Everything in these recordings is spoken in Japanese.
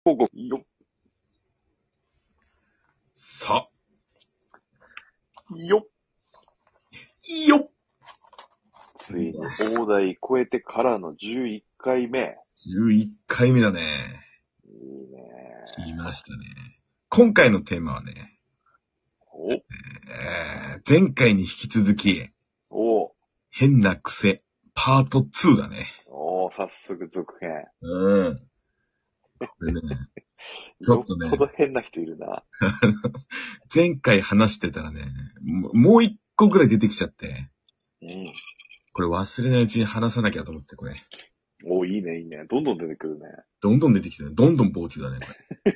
ここ、よ、 さ、 よ、 よっついに大台超えてからの11回目。 11回目だね。 いいね。 来ましたね。今回のテーマはね、 お、 前回に引き続き、 お、 変な癖、パート2だね。 お、早速続編。 うん。これね、ちょよっっとね、 ぽど変な人いるな。 前回話してたらね、もう一個ぐらい出てきちゃって、 うん。 これ忘れないうちに話さなきゃと思って、これ。 お、いいね、いいね。どんどん出てくるね。 どんどん出てきてね、どんどん冒険だね、これ。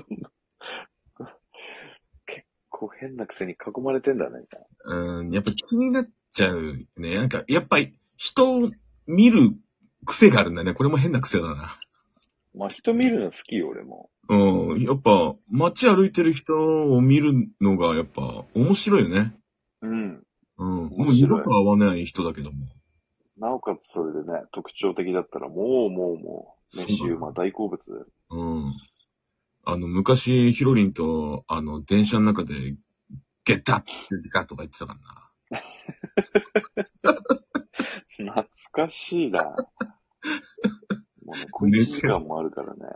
結構変なくせに囲まれてんだね、じゃあ。 やっぱ気になっちゃうね。なんか、やっぱり人を見る癖があるんだね。これも変な癖だな。 まあ、人見るの好きよ、俺も。 うん。やっぱ、街歩いてる人を見るのが、やっぱ、面白いよね。 うん。 うん。もう面白い二度と会わない人だけども。 なおかつそれでね、特徴的だったら、もう、飯馬大好物。 うん。昔、ヒロリンと、電車の中で、ゲッタッゲタとか言ってたからな。 懐かしいな。もうね、小1時間もあるからね。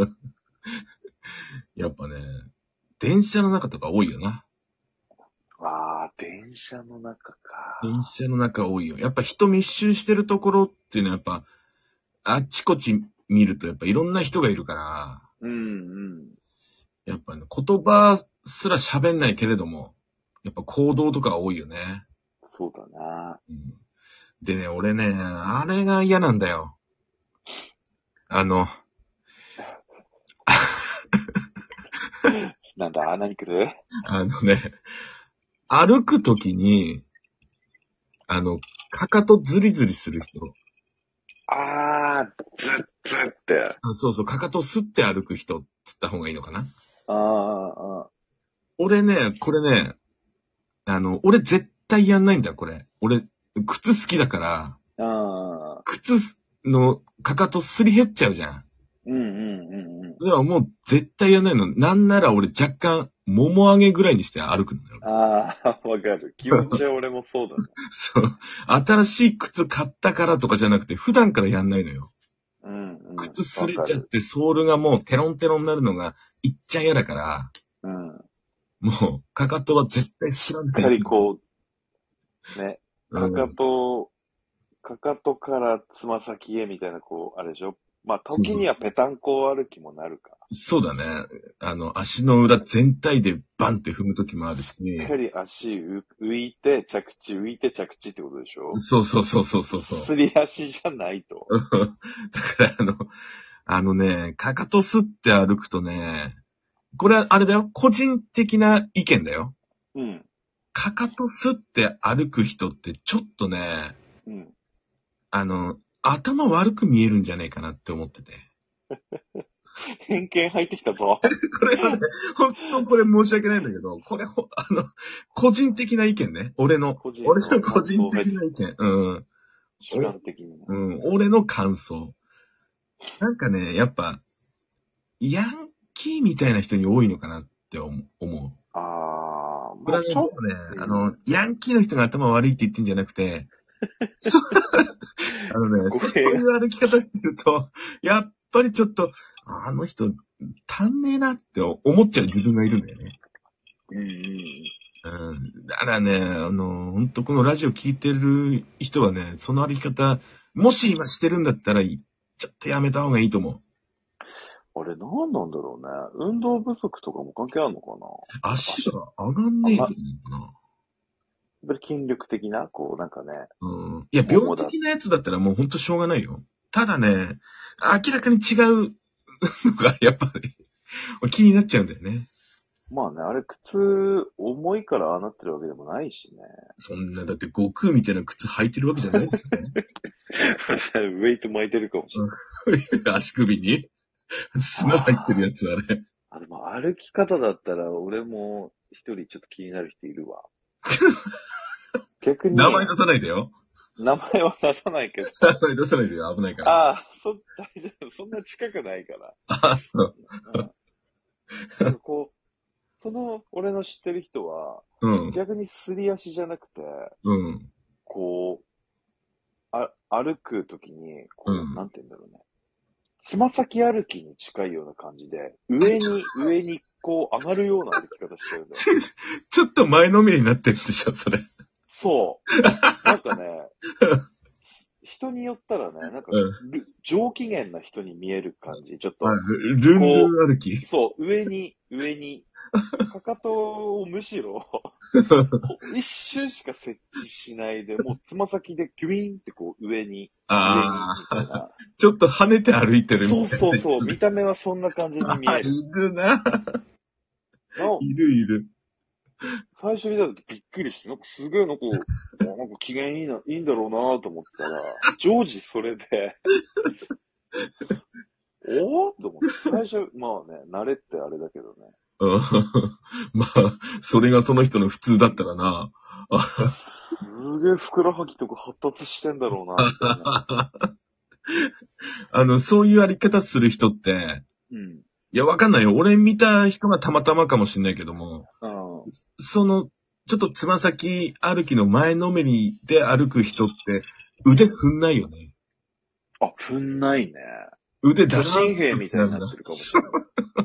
やっぱね、電車の中とか多いよな。 ああ、電車の中か。 電車の中多いよ。やっぱ人密集してるところっていうのはやっぱ、あっちこっち見るとやっぱいろんな人がいるから、 うんうん。 やっぱね、言葉すら喋んないけれども、やっぱ行動とか多いよね。 そうだな。 うん、でね、俺ね、あれが嫌なんだよ。あの、 なんだ、何来る？ あのね、歩くときに、かかとズリズリする人。 ああ、ずっずって。 そうそう、かかとすって歩く人っつった方がいいのかな。 ああ、あ俺ね、これね、俺絶対やんないんだよ、これ。俺、靴好きだから、 あ、ああ、 靴のかかとすり減っちゃうじゃん。 うんうんうんうん。 だからもう絶対やんないの。なんなら俺若干、もも上げぐらいにして歩くのよ。 ああ、わかる。気持ちは俺もそうだね。 そう。新しい靴買ったからとかじゃなくて、普段からやんないのよ。 うんうん。 靴すわかる。 れちゃって、ソールがもうテロンテロンになるのが、いっちゃ嫌だから、 うん。 もう、かかとは絶対知らんしっかりこう、ね、かかうん。 と、かかとからつま先へみたいな、こう、あれでしょ。まあ、 そうそう。 時にはぺたんこ歩きもなるか。 そうだね。足の裏全体でバンって踏むときもあるし。 しっかり浮いて着地、浮いて着地ってことでしょ。 そうそうそうそうそう。 すり足じゃないと。 だからかかとすって歩くとね、これはあれだよ。個人的な意見だよ。 うん。 かかとすって歩く人ってちょっとね、 うん。 頭悪く見えるんじゃないかなって思ってて。 偏見入ってきたぞ。 これはね、本当これ申し訳ないんだけど、これ個人的な意見ね。俺の個人的な意見。うん。 主観的にね。 俺の感想。なんかね、やっぱ、ヤンキーみたいな人に多いのかなって思う。 ああ、 これはね、 まあちょっ僕ね、ヤンキーの人が頭悪いって言ってんじゃなくて、そうそういう歩き方って言うと、やっぱりちょっと、あの人、足んねえなって思っちゃう自分がいるんだよね。 うんうん。 うん。だからね、ほんとこのラジオ聞いてる人はね、その歩き方、もし今してるんだったら、ちょっとやめた方がいいと思う。 あれ何なんだろうね。運動不足とかも関係あるのかな。 足が上がんねえと思うかな。 やっぱり筋力的な、こうなんかね。 うん。いや、病的なやつだったらもうほんとしょうがないよ。ただね、明らかに違うのが、やっぱり、気になっちゃうんだよね。 まあね、あれ靴、重いからああなってるわけでもないしね。 そんな、だって悟空みたいな靴履いてるわけじゃないですよね。 ウェイト巻いてるかもしれない。 足首に砂入ってるやつあれ。 でも歩き方だったら、俺も一人ちょっと気になる人いるわ。逆に、 名前出さないでよ。 名前は出さないけど。 出さないでよ、危ないから。 ああ、大丈夫。そんな近くないから。 あ、そう。 なんかこう、俺の知ってる人は、 うん。 逆にすり足じゃなくて、 うん。 こう、歩くときに、こう、 うんなんて言うんだろうね。つま先歩きに近いような感じで、上に、こう、上がるような歩き方してるんだよ。 ちょっと前のめりになってるでしょ、それ。 そう。なんかね、人によったらね、なんか、 うん。 上機嫌な人に見える感じ。ちょっあ、 と、 ルンルン歩き。 そう、上に、かかとをむしろ、一瞬しか設置しないで、もうつま先でギュイーンってこう上に、 あみたいな。 あ、ちょっと跳ねて歩いてるみそうたいそうそう、見た目はそんな感じにな。あ、い見える。 るな。いるいる。 最初見た時びっくりして、なんかすげえなんか機嫌いいんだろうなと思ったら、常時それで、おーと思って、最初、まあね、慣れってあれだけどね。 うん。まあ、それがその人の普通だったらな。 すげえふくらはぎとか発達してんだろうな、みたいな。 そういうあり方する人って、 うん。 いや、わかんないよ。俺見た人がたまたまかもしんないけども、 うん。 ちょっとつま先歩きの前のめりで歩く人って腕踏んないよね。 あ、踏んないね。 腕だ巨らーん神兵みたいとしながら。 になってるかもしれない。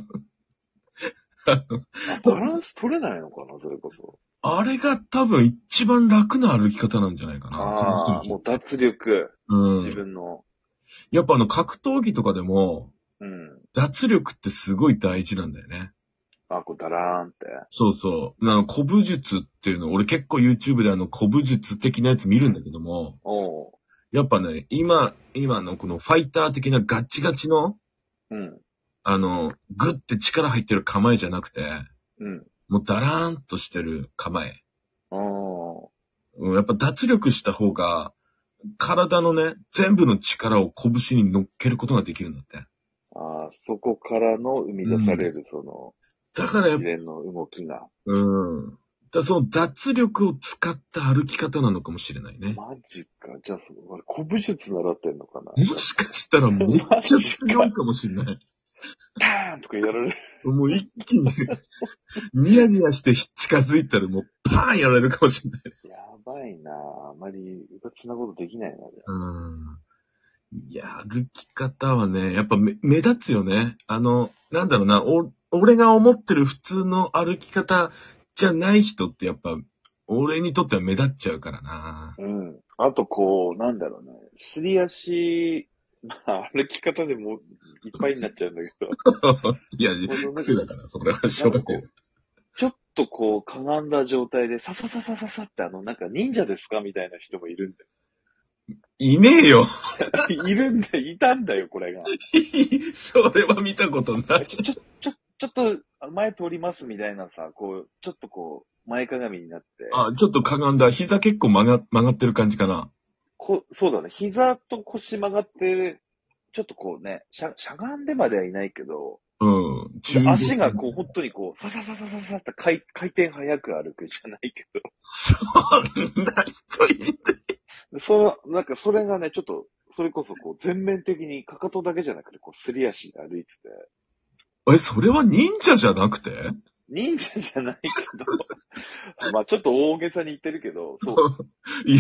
あ、バランス取れないのかな、それこそ。 あれが多分一番楽な歩き方なんじゃないかな。 ああ、もう脱力。自うん。 分の。 やっぱ格闘技とかでも、 うん。 脱力ってすごい大事なんだよね。 あ、こう、ダラーンって。 そうそう。古武術っていうの、俺結構 YouTube で古武術的なやつ見るんだけども、 おう。 やっぱね、今のこのファイター的なガッチガチの、 うん。 グッて力入ってる構えじゃなくて、 うん。 もうダラーンとしてる構え。 おやっぱ脱力した方が、体のね、全部の力を拳に乗っけることができるんだって。 ああ、そこからの生み出される、 だから一連の動きが。 その脱力を使った歩き方なのかもしれないね。 マジか。じゃあ、あれ、古武術習ってんのかな。 もしかしたらめっちゃ強いかもしれない。 ターンとかやられる。 もう一気に、ニヤニヤして近づいたらもうパーンやられるかもしれない。 やばいなぁ。あまり、うかつなことできないな、じゃあ。 いや、歩き方はね、やっぱ目立つよね。なんだろうな、俺が思ってる普通の歩き方じゃない人ってやっぱ、俺にとっては目立っちゃうからな。 うん。あと、こう、なんだろうね。すり足、まあ、歩き方でもいっぱいになっちゃうんだけど。 いや、癖だから、それはしょうがない。 ちょっとこう、かがんだ状態で、ささささささってなんか忍者ですかみたいな人もいるんだよ。 いねえよ。 いたんだよ、これが。 それは見たことない。 ちょっと、前通りますみたいなさ、こう、ちょっとこう、前かがみになって。 あ、ちょっとかがんだ。膝結構曲がってる感じかな。 そうだね。膝と腰曲がって、ちょっとこうね、しゃがんでまではいないけど、足がこう、本当にこう、ささささささって回転早く歩くじゃないけど。 そんな人いる。 なんかそれがね、ちょっと、それこそこう、全面的にかかとだけじゃなくて、こう、すり足で歩いてて。 それは忍者じゃなくて？ 忍者じゃないけど、まあちょっと大げさに言ってるけど、そう。 いや、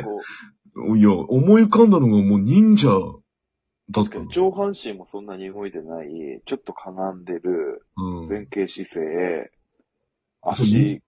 思い浮かんだのがもう忍者だった。 確かに上半身もそんなに動いてない、ちょっとかがんでる、前傾姿勢、足、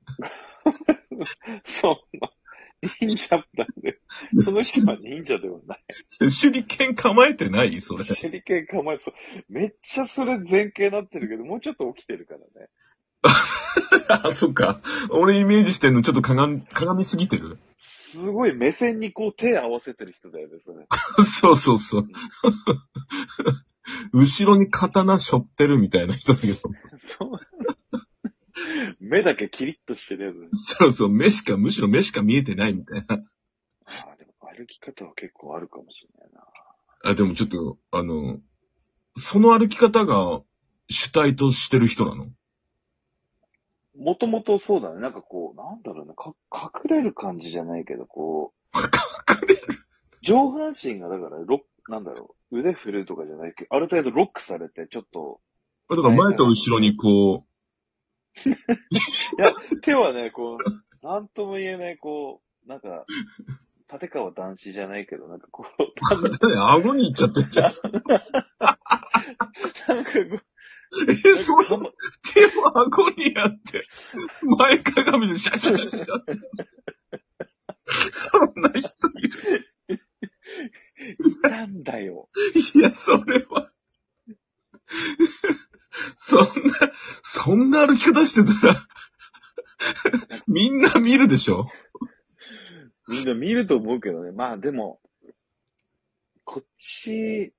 そんな、忍者だね。その人は忍者ではない。 手裏剣構えてないそれ。 手裏剣構えて、めっちゃそれ前傾なってるけど、もうちょっと起きてるからね。 あ、そっか。俺イメージしてんのちょっと鏡すぎてる。 すごい目線にこう手合わせてる人だよね、それ。 そうそうそう。後ろに刀背負ってるみたいな人だけど。 そう。目だけキリッとしてるやつ。 そうそう、むしろ目しか見えてないみたいな。 ああ、でも歩き方は結構あるかもしれないな。 あ、でもちょっと、その歩き方が主体としてる人なの？ もともとそうだね。なんかこう、なんだろうね。隠れる感じじゃないけど、こう。 上半身がだからなんだろう、腕振るとかじゃないけど、ある程度ロックされて、ちょっと。 だから前と後ろにこう。いや、手はね、こう、なんとも言えない、こう、なんか、立川談志じゃないけど、なんかこう、 顎に行っちゃってんじゃん。 なんかこう、 そう、手を顎にやって、前かがみでシャシャシャシャって。そんな人いる。 いたんだよ。 いや、それは。そんな歩き方してたら、みんな見るでしょ？ みんな見ると思うけどね。まあでも、こっち、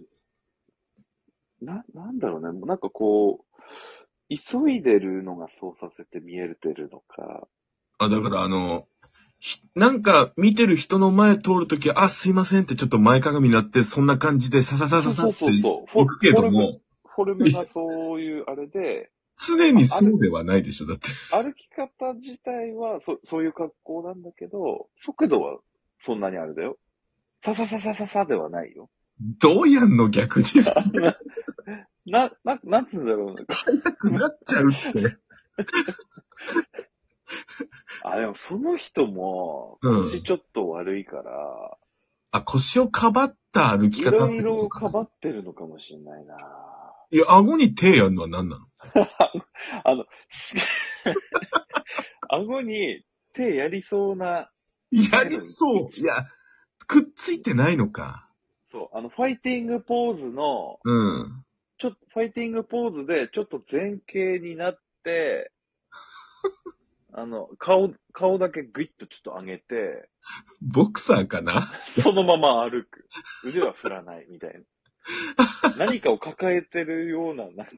なんだろうね。なんかこう、急いでるのがそうさせて見えてるのか。 だからなんか見てる人の前通るとき、すいませんってちょっと前かがみになって、そんな感じでサササササって行くけども。 フォルムがそういうあれで。 常にそうではないでしょ、だって。 歩き方自体はそういう格好なんだけど、速度はそんなにあれだよ。ササササササではないよ。 どうやんの逆に。 なんつうんだろうな。 速くなっちゃうって。 でもその人も、腰ちょっと悪いから。 腰をかばった歩き方。 いろいろかばってるのかもしれないな。 いや、顎に手やるのは何なの？ 顎に手やりそうな。 やりそう。いや、くっついてないのか。 そう、ファイティングポーズの、ファイティングポーズで、ちょっと前傾になって、顔だけグイッとちょっと上げて、 ボクサーかな？ そのまま歩く。腕は振らないみたいな。何かを抱えてるような、なん